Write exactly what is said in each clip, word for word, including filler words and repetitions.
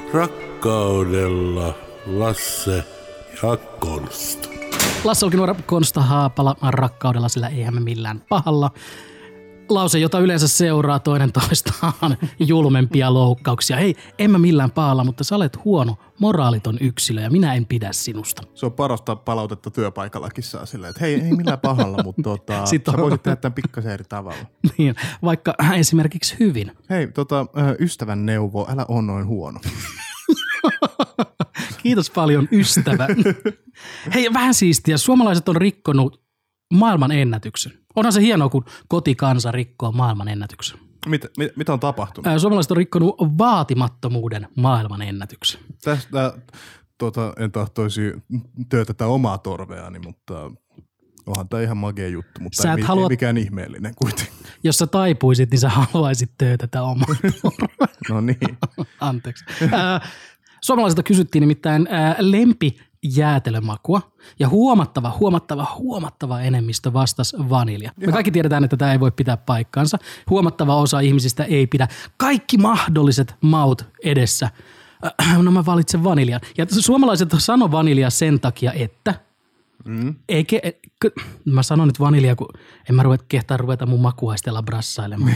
Rakkaudella Lasse ja Konsta. Lasse Olkinuora, Konsta Haapala, rakkaudella, sillä eihän me millään pahalla. Lause, jota yleensä seuraa toinen toistaan julmempia loukkauksia. Hei, en mä millään pahalla, mutta sä olet huono, moraaliton yksilö ja minä en pidä sinusta. Se on parasta palautetta työpaikallakin saa silleen, että hei, ei millään pahalla, mutta tota, sä on... voisit tehdä tämän pikkasen eri tavalla. Niin, vaikka esimerkiksi hyvin. Hei, tota, ystävän neuvo, älä oo noin huono. Kiitos paljon, ystävä. Hei, vähän siistiä. Suomalaiset on rikkonut maailman ennätyksen. Onhan se hienoa, kun kotikansa rikkoo maailman ennätyksen. Mit, mit, mitä on tapahtunut? Suomalaiset on rikkonut vaatimattomuuden maailman ennätyksen. Tästä tota, en tahtoisi työtä omaa torveani, mutta onhan tämä ihan magea juttu, mutta ei, halua... ei mikään ihmeellinen kuitenkin. Jos sä taipuisit, niin sä haluaisit töötätä omaa torveani. No niin. Anteeksi. Suomalaisilta kysyttiin nimittäin lempijäätelömakua ja huomattava, huomattava, huomattava enemmistö vastasi vanilja. Me kaikki tiedetään, että tämä ei voi pitää paikkaansa. Huomattava osa ihmisistä ei pidä. Kaikki mahdolliset maut edessä. No mä valitsen vaniljan. Ja suomalaiset sanoo vanilja sen takia, että Mm. Eikä, mä sanon nyt vanilja, kun en mä ruveta, kehtaa ruveta mun makuaistella brassailemaan.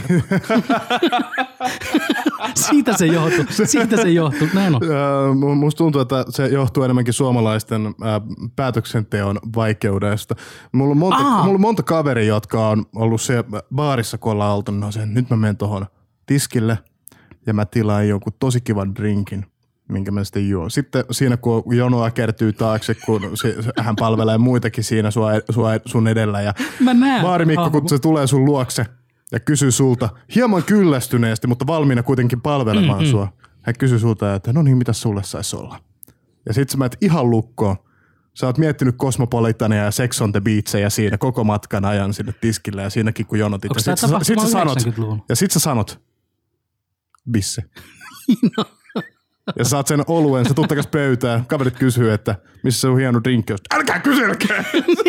Siitä se johtuu, siitä se johtuu, näin on. Musta tuntuu, että se johtuu enemmänkin suomalaisten päätöksenteon vaikeudesta. Mulla on monta, mulla on monta kaveria, jotka on ollut se baarissa, kun ollaan oltu, no sen, nyt mä menen tohon tiskille ja mä tilaan jonkun tosi kivan drinkin, minkä mä sitten juon. Sitten siinä, kun jonoa kertyy taakse, kun se, hän palvelee muitakin siinä sua, sua, sun edellä. Ja baarimikko, kun se tulee sun luokse ja kysyy sulta hieman kyllästyneesti, mutta valmiina kuitenkin palvelemaan mm-hmm. sua. Hän kysyy sulta, että no niin, mitä sulle saisi olla? Ja sit sä menet ihan lukkoon. Sä oot miettinyt Cosmopolitania ja Sex on the Beachia siinä koko matkan ajan sinne tiskille ja siinäkin, kun jonotit. Onko ja sit, sä, sit, sä sanot, ja sit sä sanot, bisse. No. Ja saat sen oluen, sä tuut takas pöytään, kaverit kysyy, että missä se on hieno drinkki. Älkää kyselkää!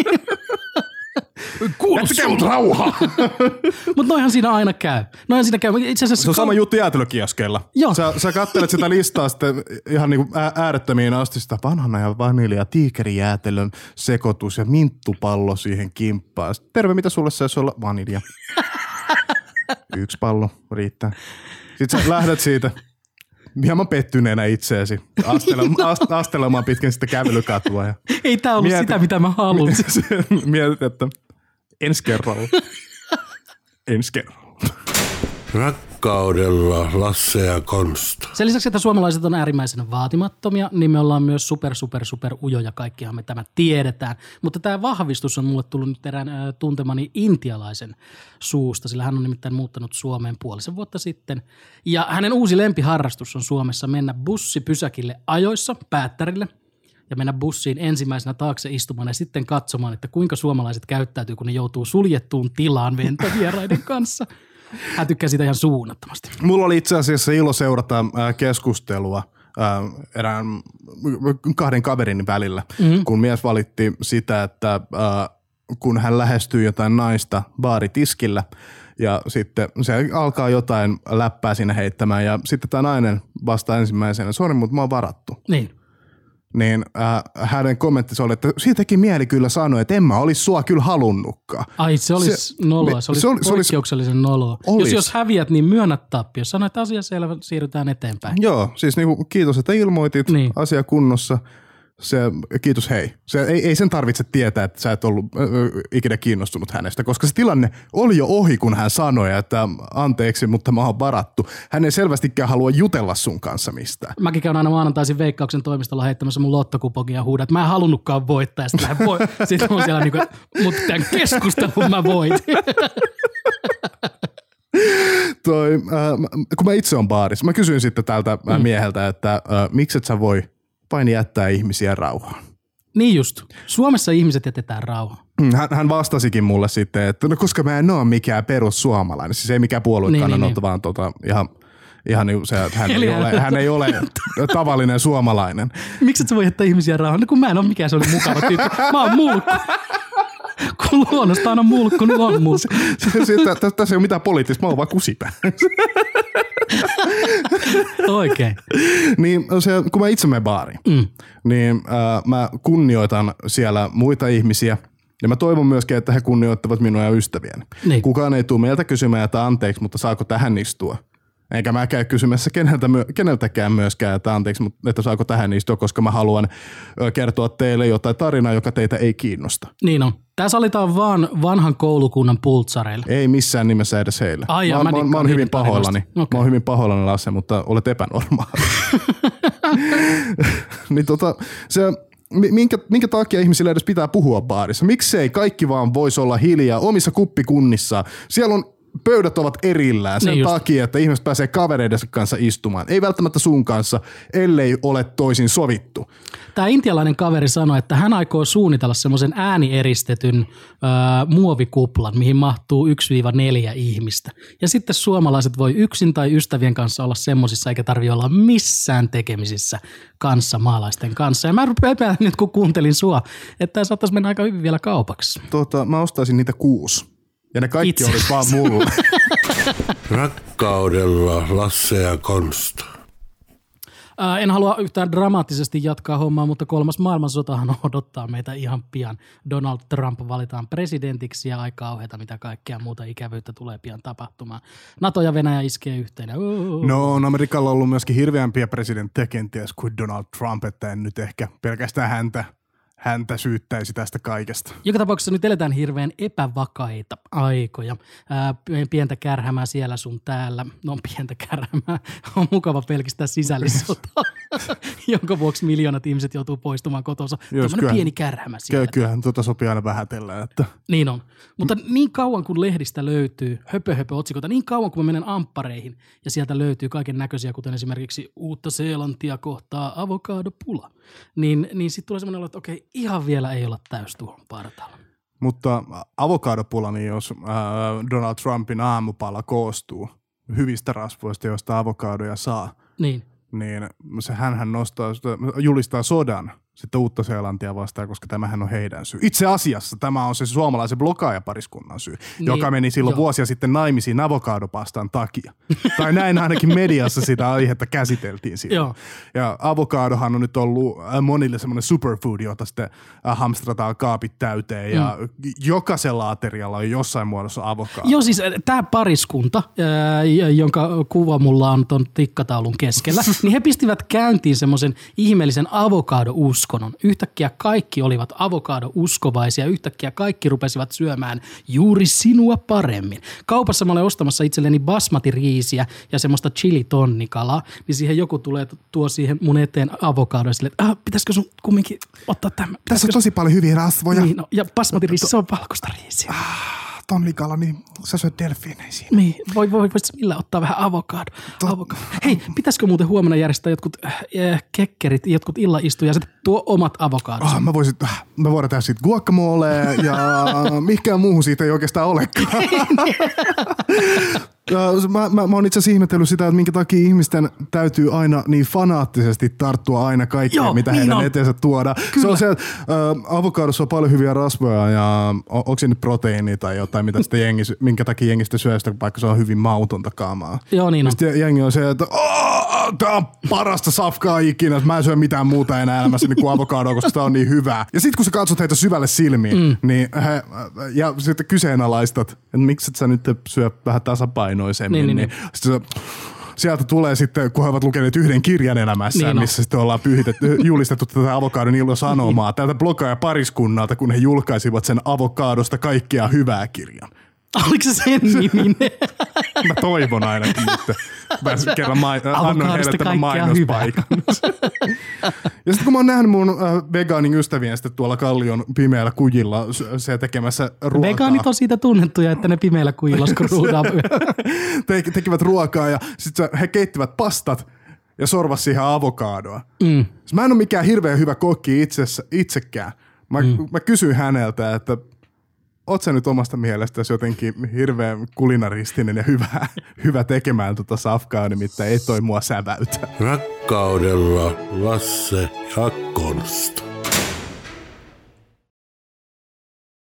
Jättäkää mut rauhaa! Mut noihan siinä aina käy. Noihan siinä käy. Itse asiassa se on sama kal- juttu jäätelökioskeilla. Joo. Sä, sä kattelet sitä listaa sitten ihan niinku äärettömiin asti sitä banana ja vanilja, tiikerijäätelön sekoitus ja minttupallo siihen kimppaan. Sitten, terve, mitä sulle saisi olla? Vanilja. Yksi pallo riittää. Sitten sä lähdet siitä. Hieman pettyneenä itseesi, astelemaan, ast, astelemaan pitkin sitä kävelykatua. Ja ei tää ollut mietit, sitä, mitä mä halusin. Mietit, että ensi kerralla. Ensi kerralla. Rakkaudella Lasse ja Konsta. Sen lisäksi, että suomalaiset on äärimmäisen vaatimattomia, niin me ollaan myös super, super, super ujoja. Kaikkihan me tämä tiedetään. Mutta tämä vahvistus on mulle tullut nyt erään ä, tuntemani intialaisen suusta, sillä hän on nimittäin muuttanut Suomeen puolisen vuotta sitten. Ja hänen uusi lempiharrastus on Suomessa mennä bussipysäkille ajoissa, päättärille, ja mennä bussiin ensimmäisenä taakse istumaan ja sitten katsomaan, että kuinka suomalaiset käyttäytyy, kun ne joutuu suljettuun tilaan ventovieraiden kanssa. Hän tykkää siitä ihan suunnattomasti. Mulla oli itse asiassa ilo seurata keskustelua erään kahden kaverin välillä, mm-hmm. kun mies valitti sitä, että kun hän lähestyy jotain naista baaritiskillä ja sitten se alkaa jotain läppää siinä heittämään ja sitten tämä nainen vastaa ensimmäisenä, sori, mutta mä oon varattu. Niin. Niin äh, hänen kommenttinsa oli, että siitäkin mieli kyllä sanoi, että en mä olisi sua kyllä halunnutkaan. Ai se olisi se, noloa, se, se olisi poikkeuksellisen noloa. Jos, jos häviät, niin myönnät tappio. Sano, että asia selvä, siirrytään eteenpäin. Joo, siis niinku, kiitos, että ilmoitit, niin. Asia kunnossa. Se, kiitos hei. Se, ei, ei sen tarvitse tietää, että sä et ollut äh, ikinä kiinnostunut hänestä, koska se tilanne oli jo ohi, kun hän sanoi, että anteeksi, mutta mä oon varattu. Hän ei selvästikään halua jutella sun kanssa mistään. Mäkin käyn aina maanantaisin Veikkauksen toimistolla heittämässä mun lottokupokin ja huudan, että mä en halunnutkaan voittaa. Ja sitten lähden voi. Sitten on siellä niinku, mutta tämän keskustelun mä voitin. Toi, äh, kun mä itse on baarissa, mä kysyin sitten tältä mm. mieheltä, että äh, miksi et sä voi vain jättää ihmisiä rauhaan. Niin just. Suomessa ihmiset jätetään rauhaan. Hän, hän vastasikin mulle sitten, että no koska mä en ole mikään perussuomalainen. Siis ei mikään puoluekannanotto, niin, niin, vaan tota, ihan, ihan niin se, että hän, ei ole, hän ei ole tavallinen suomalainen. Miksi et sä voi jättää ihmisiä rauhaan? No kun mä en ole mikään se oli mukava tyyppi. Mä oon mulkku. Kun luonnostaan on mulkku, niin on mulkku. Tässä ei ole mitään poliittista, mä oon vaan kusipää. Oikein. Niin se, kun mä itse menen baariin, mm. niin äh, mä kunnioitan siellä muita ihmisiä. Ja mä toivon myöskin, että he kunnioittavat minua ja ystäviäni. Niin. Kukaan ei tule meiltä kysymään, että anteeksi, mutta saako tähän istua? Eikä mä käy kysymässä keneltä, keneltäkään myöskään, että anteeksi, mutta että saako tähän istua, koska mä haluan kertoa teille jotain tarinaa, joka teitä ei kiinnosta. Niin on. Tää salitaan vaan vanhan koulukunnan pultsareille. Ei missään nimessä edes heille. Ai jaa, mä, mä, mä oon hyvin pahoillani. Okay. Mä oon hyvin pahoillani, Lasse, mutta olet epänormaali. niin tota, se... Minkä, minkä takia ihmisillä edes pitää puhua baarissa? Miksei kaikki vaan voisi olla hiljaa omissa kuppikunnissaan? Siellä on pöydät ovat erillään sen niin takia, että ihmiset pääsee kavereidensa kanssa istumaan. Ei välttämättä sun kanssa, ellei ole toisin sovittu. Tämä intialainen kaveri sanoi, että hän aikoo suunnitella semmoisen äänieristetyn öö, muovikuplan, mihin mahtuu yksi neljä ihmistä. Ja sitten suomalaiset voi yksin tai ystävien kanssa olla semmoisissa, eikä tarvitse olla missään tekemisissä kanssa maalaisten kanssa. Ja mä epäilen nyt, kun kuuntelin sua, että tämä saattaisi mennä aika hyvin vielä kaupaksi. Tota, mä ostaisin niitä kuusi. Ja ne kaikki olisi vaan mulle. Rakkaudella Lasse ja Konsta. Ää, en halua yhtään dramaattisesti jatkaa hommaa, mutta kolmas maailmansotahan odottaa meitä ihan pian. Donald Trump valitaan presidentiksi ja aika kauheata, mitä kaikkea muuta ikävyyttä tulee pian tapahtumaan. NATO ja Venäjä iskee yhteen. Uhuhu. No on Amerikalla ollut myöskin hirveämpiä presidenttejä kenties kuin Donald Trump, että en nyt ehkä pelkästään häntä. häntä syyttäisi tästä kaikesta. Joka tapauksessa nyt eletään hirveän epävakaita aikoja. Ää, pientä kärhämää siellä sun täällä. No pientä kärhämää. On mukava pelkistää sisällissotaa, jonka vuoksi miljoonat ihmiset joutuu poistumaan kotonsa. Tuommoinen pieni kärhämä siellä. Kyllähän tuota sopii aina vähätellä. Että. Niin on. Mutta niin kauan kun lehdistä löytyy höpö höpö otsikoita, niin kauan kun mä menen amppareihin ja sieltä löytyy kaiken näköisiä, kuten esimerkiksi Uutta-Seelantia kohtaa avokadopula, niin, niin sitten tulee semmoinen olo, että okei, ihan vielä ei olla täys tuohon partaalla. Mutta avokadopula, niin jos äh, Donald Trumpin aamupala koostuu hyvistä rasvoista, joista avokadoja saa, niin, niin se hänhän nostaa, julistaa sodan sitten Uutta-Seelantia vastaan, koska tämähän on heidän syy. Itse asiassa tämä on se suomalaisen blogaajapariskunnan syy, niin, joka meni silloin joo. vuosia sitten naimisiin avokadopastan takia. Tai näin ainakin mediassa sitä aihetta käsiteltiin siinä. Joo. Ja avokadohan on nyt ollut monille semmoinen superfood, jota sitten hamstrataan kaapit täyteen mm. ja jokaisella aterialla on jossain muodossa avokado. Joo, siis tämä pariskunta, jonka kuva mulla on ton tikkataulun keskellä, niin he pistivät käyntiin semmoisen ihmeellisen avokado-uskonnon. Yhtäkkiä kaikki olivat avokado-uskovaisia, yhtäkkiä kaikki rupesivat syömään juuri sinua paremmin. Kaupassa mä olen ostamassa itselleni basmati-riisiä ja semmoista chili-tonnikalaa, niin siihen joku tulee tuo siihen mun eteen avokadoa silleen, että ah, pitäisikö sun kumminkin ottaa tämä? Tässä on tosi paljon hyviä rasvoja. Niin, no, ja basmati-riisi, se on valkoista riisiä. Ah. Tonnikala, niin sä syöt delfiineisiin. Niin, voi, voi, voisit millä ottaa vähän avokado. To- avokado. Hei, pitäisikö muuten huomenna järjestää jotkut äh, kekkerit, jotkut illaistujaiset, tuo omat avokadot? Oh, mä voisin, mä voidaan tehdä siitä guacamole ja mihinkään muuhun siitä ei oikeastaan olekaan. Mä, mä, mä oon itse asiassa ihmetellyt sitä, että minkä takia ihmisten täytyy aina niin fanaattisesti tarttua aina kaikkeen, Joo, mitä niin heidän on. eteensä tuodaan. Kyllä. Se on se, että äh, avokadossa on paljon hyviä rasvoja ja on, onko se nyt proteiini tai jotain, mitä sitten jengi, minkä takia jengi sitten syö sitä, vaikka se on hyvin mautonta kaamaa. Joo, niin on. Sitten jengi on se, että tää on parasta safkaa ikinä, että mä en syö mitään muuta enää elämässäni kuin avokadoa, koska tää on niin hyvää. Ja sitten kun sä katsot heitä syvälle silmiin, mm. niin he, ja sitten kyseenalaistat, että miksi et sä nyt syö vähän tasapainoisemmin, niin, niin, niin. niin. Sitten sieltä tulee sitten, kun he ovat lukeneet yhden kirjan elämässään, niin missä sitten ollaan pyhitetty, julistettu tätä avokadon ilosanomaa tältä blogaaja pariskunnalta, kun he julkaisivat sen avokadosta kaikkea hyvää kirjan. Oliko se sen niminen? Mä toivon ainakin nyt. Mä kerran ma- annoin heille tämän mainospaikan. Ja sitten kun mä oon nähnyt mun äh, vegaanin ystävien sitten tuolla Kallion pimeällä kujilla se tekemässä ruokaa. Vegaanit on siitä tunnettuja, että ne pimeällä kujilla skruudaa. Te- tekivät ruokaa ja sitten he keittivät pastat ja sorvas siihen avokadoa. Mm. Mä en ole mikään hirveän hyvä kokki itsessä, itsekään. Mä, mm. mä kysyin häneltä, että oot sä nyt omasta mielestäsi jotenkin hirveän kulinaristinen ja hyvä, hyvä tekemään tota safkaa, nimittäin ei toi mua säväytä. Rakkaudella Lasse ja Konsta.